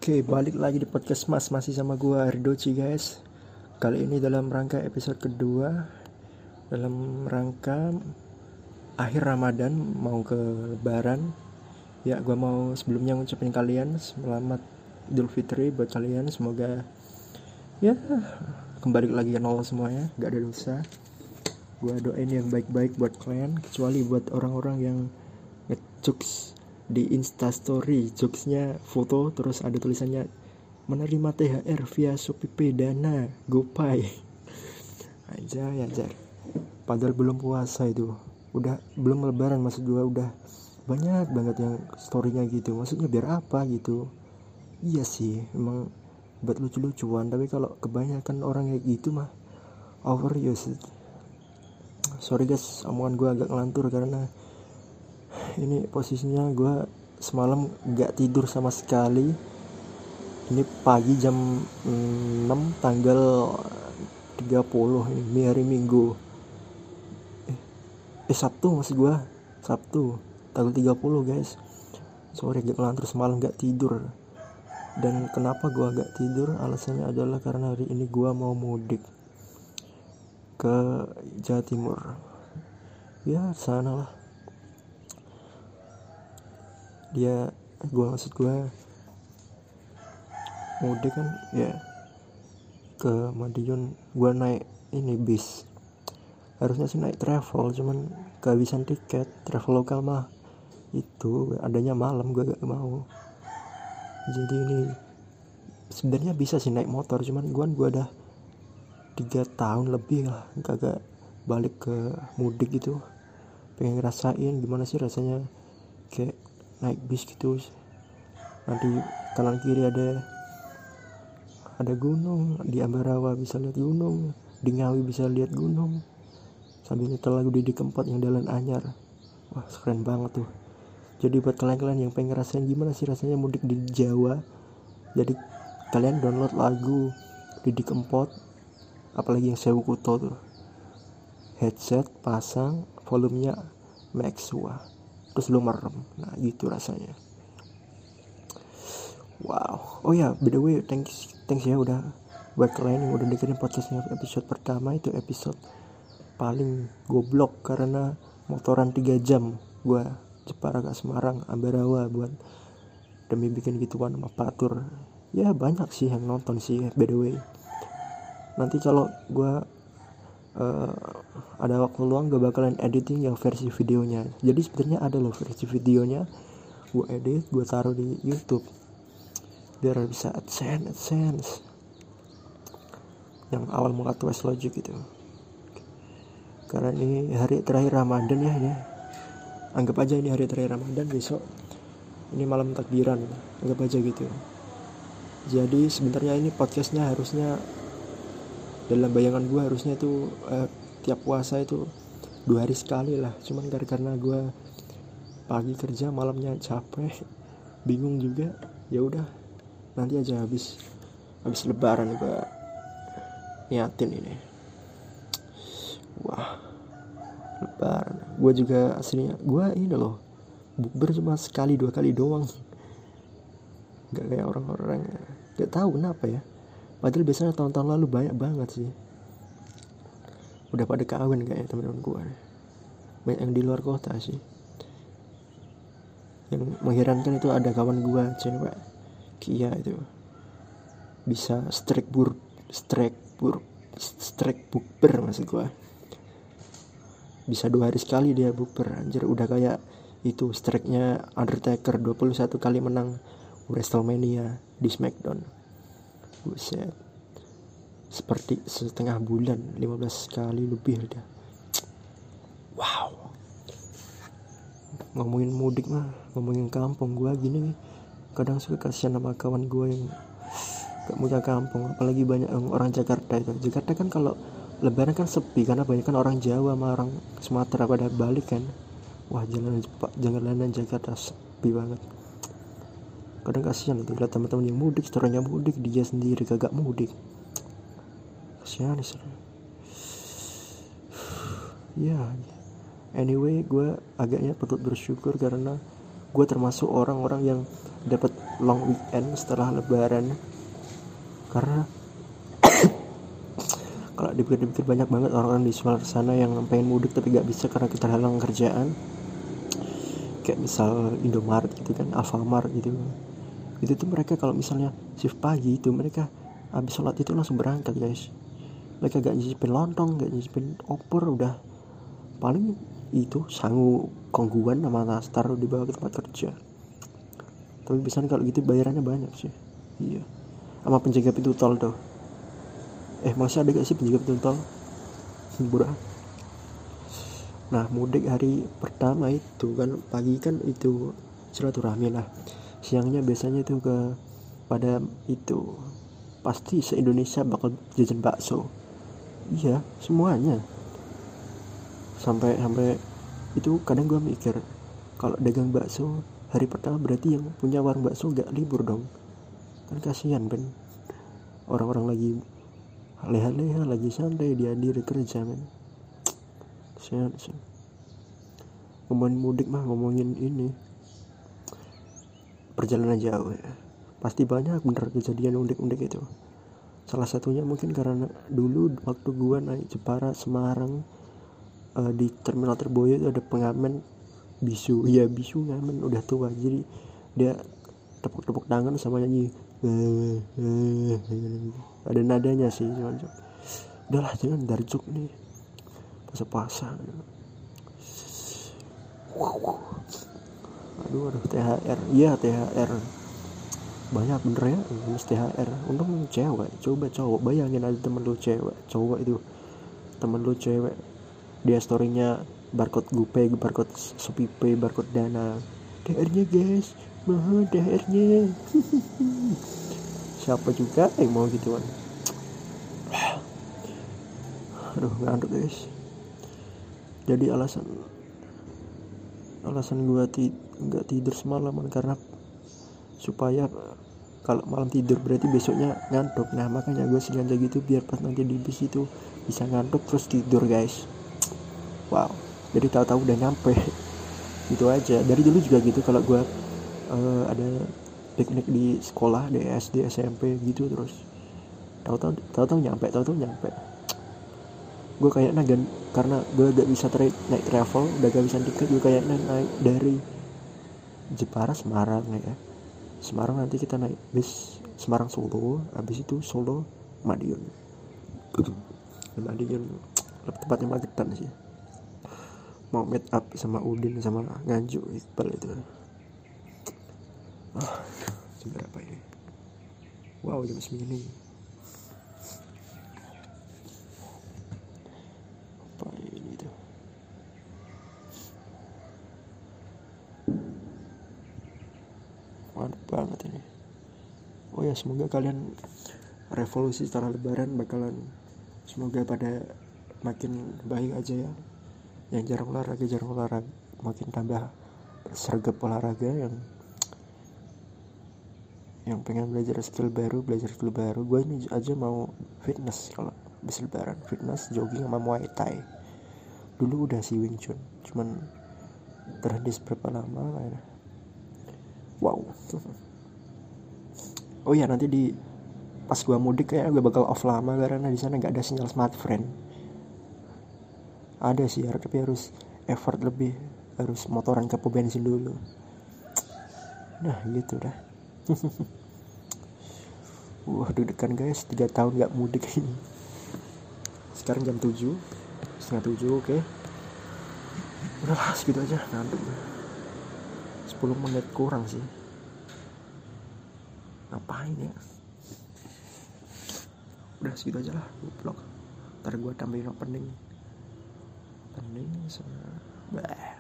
Oke, balik lagi di podcast Mas, masih sama gua Ridoci guys. Kali ini dalam rangka episode kedua, dalam rangka akhir Ramadan mau ke Lebaran. Ya, gua mau sebelumnya ngucapin kalian selamat Idul Fitri buat kalian. Semoga ya kembali lagi ke nol semuanya, gak ada dosa. Gua doain yang baik-baik buat kalian, kecuali buat orang-orang yang ngejokes di Instastory, jokesnya foto terus ada tulisannya menerima THR via Shopee Pay, Dana, GoPay. Ajar. Padahal belum puasa itu. Udah belum lebaran, maksud gua udah banyak banget yang storynya gitu. Maksudnya biar apa gitu. Iya sih, emang buat lucu-lucuan, tapi kalau kebanyakan orang kayak gitu mah overuse. Sorry guys, omongan gua agak ngelantur karena ini posisinya gue semalam gak tidur sama sekali. Ini pagi jam 6 tanggal 30 ini hari Minggu. Sabtu maksud gue, Sabtu tanggal 30 guys. Sorry gak ngelantur, semalam gak tidur. Dan kenapa gue gak tidur? Alasannya adalah karena hari ini gue mau mudik ke Jawa Timur. Ya sana lah. Maksud gue mudik kan ya ke Madiun. Gue naik ini bis, harusnya sih naik travel, cuman kehabisan tiket. Travel lokal mah itu adanya malam, gue gak mau. Jadi ini sebenarnya bisa sih naik motor, cuman gue udah 3 tahun lebih lah kagak balik ke mudik gitu. Pengen ngerasain gimana sih rasanya kayak naik bis gitu. Nanti kanan kiri ada gunung, di Ambarawa bisa lihat gunung, di Ngawi bisa lihat gunung, sambil nyetel lagu Didi Kempot yang Dalan Anyar. Wah keren banget tuh. Jadi buat kalian yang pengen ngerasain gimana sih rasanya mudik di Jawa, jadi kalian download lagu Didi Kempot, apalagi yang Sewu Kuto tuh, headset pasang, volumenya max, wah terus lu merem. Nah gitu rasanya. Wow. Oh ya, by the way, thanks ya udah buat kalian yang udah dengerin podcastnya episode pertama. Itu episode paling goblok karena motoran 3 jam gua Jepara ke Semarang, Ambarawa buat demi bikin gituan sama Patur. Ya banyak sih yang nonton sih by the way. Nanti kalau gua ada waktu luang gue bakalan editing yang versi videonya. Jadi sebenarnya ada loh versi videonya, gue edit, gue taruh di YouTube biar bisa AdSense yang awal muka tuh Logic gitu. Karena ini hari terakhir Ramadan ya, ini anggap aja ini hari terakhir Ramadan, besok ini malam takbiran, anggap aja gitu. Jadi sebenarnya ini podcastnya harusnya, dalam bayangan gue harusnya itu tiap puasa itu 2 hari sekali lah. Cuman karena gue pagi kerja, malamnya capek, bingung juga. Ya udah, nanti aja habis Lebaran gue niatin ini. Wah, Lebaran. Gue juga aslinya gue ini loh, bukber cuma sekali 2 kali doang. Gak kayak orang-orang, gak tahu kenapa ya. Padahal biasanya tahun-tahun lalu banyak banget sih. Udah pada kawin kayaknya teman-teman gue. Banyak yang di luar kota sih. Yang mengherankan itu ada kawan gue cewek, Kia itu, bisa strike bukber maksud gue. Bisa 2 hari sekali dia bukber. Anjir, udah kayak itu strike-nya Undertaker 21 kali menang WrestleMania di SmackDown. Buset, seperti setengah bulan 15 kali lebih dah. Wow. Ngomongin mudik mah, ngomongin kampung gue gini nih, kadang suka kasihan sama kawan gue yang gak punya kampung. Apalagi banyak orang Jakarta itu. Jakarta kan kalau lebaran kan sepi karena banyak kan orang Jawa sama orang Sumatera pada balik kan. Wah, jalanan Jakarta sepi banget. Kadang kasihan tuh lihat teman-teman yang mudik, storynya mudik, dia sendiri kagak mudik. Kasihan sih. Ya, anyway, gue agaknya patut bersyukur karena gue termasuk orang-orang yang dapat long weekend setelah lebaran, karena kalau dipikir-pikir banyak banget orang-orang di luar sana yang pengen mudik tapi gak bisa karena terhalang kerjaan, kayak misal Indomaret gitu kan, Alfamart gitu. Itu tuh mereka kalau misalnya shift pagi itu mereka habis sholat itu langsung berangkat guys. Mereka gak nyicipin lontong, gak nyicipin opor, udah paling itu sangu kongguan sama nastar dibawa ke tempat kerja. Tapi biasanya kalau gitu bayarannya banyak sih. Iya, sama penjaga pintu tol tuh. Masih ada gak sih penjaga pintu tol? Murah. Nah, mudik hari pertama itu kan pagi kan itu silaturahmi lah. Siangnya biasanya itu ke pada itu pasti se-Indonesia bakal jajan bakso. Iya, semuanya. Sampai itu kadang gue mikir, kalau dagang bakso hari pertama berarti yang punya warung bakso gak libur dong. Kan kasihan kan, orang-orang lagi leha-leha, lagi santai, dia diri kerja kan. Kasihan sih. Ngomongin mudik mah ngomongin ini perjalanan jauh ya. Pasti banyak bener kejadian unik-unik itu. Salah satunya mungkin karena dulu waktu gue naik Jepara Semarang, di terminal Terboyo itu ada pengamen bisu. Iya, bisu ngamen udah tua, jadi dia tepuk-tepuk tangan sama nyanyi ada nadanya sih, cuman udahlah jangan darjuk nih pas-pasan. Aduh THR, iya THR banyak bener ya, minus THR. Untung cewek, coba cowok bayangin ada temen lu cewek, cowok itu temen lu cewek, dia storynya barcode GoPay, barcode ShopeePay, barcode Dana, THR-nya guys, mahal THR-nya. Siapa juga yang mau gituan. Aduh ngantuk guys. Jadi alasan gue nggak tidur semalaman karena supaya kalau malam tidur berarti besoknya ngantuk. Nah makanya gue sengaja gitu biar pas nanti di bis itu bisa ngantuk terus tidur guys. Wow, jadi tahu-tahu udah nyampe. Gitu aja. Dari dulu juga gitu, kalau gue ada piknik di sekolah, di SD, SMP gitu, terus tahu-tahu nyampe. Gue kayaknya karena gue gak bisa naik travel, udah gak bisa tiket, gue kayaknya naik dari Jepara Semarang ya. Semarang nanti kita naik bis Semarang Solo, habis itu Solo Madiun. Madiun tempatnya Magetan sih. Mau meet up sama Udin sama Nganjuk Iqbal itu. Jam berapa ini? Wow, jam 9 nih. Apa ini tuh? Mantap banget ini. Oh ya, semoga kalian revolusi setelah lebaran bakalan, semoga pada makin baik aja ya. Yang jarang olahraga makin tambah sergap olahraga, yang pengen belajar skill baru. Gue ini aja mau fitness kalau habis lebaran, fitness jogging sama Muay Thai. Dulu udah si Wing Chun, cuman terhenti berapa lama lah ya. Wow. Oh ya, nanti pas gue mudik kayak gue bakal off lama karena di sana nggak ada sinyal smartphone. Ada sih, tapi harus effort lebih, harus motoran ke pom bensin dulu. Nah gitu dah. Deg-degan guys, 3 tahun gak mudik ini. Sekarang jam 7, setengah 7, oke. Udahlah segitu aja, ngantuk. 10 menit kurang sih. Ngapain ya? Udah segitu aja lah vlog. Ntar gue tambahin opening sama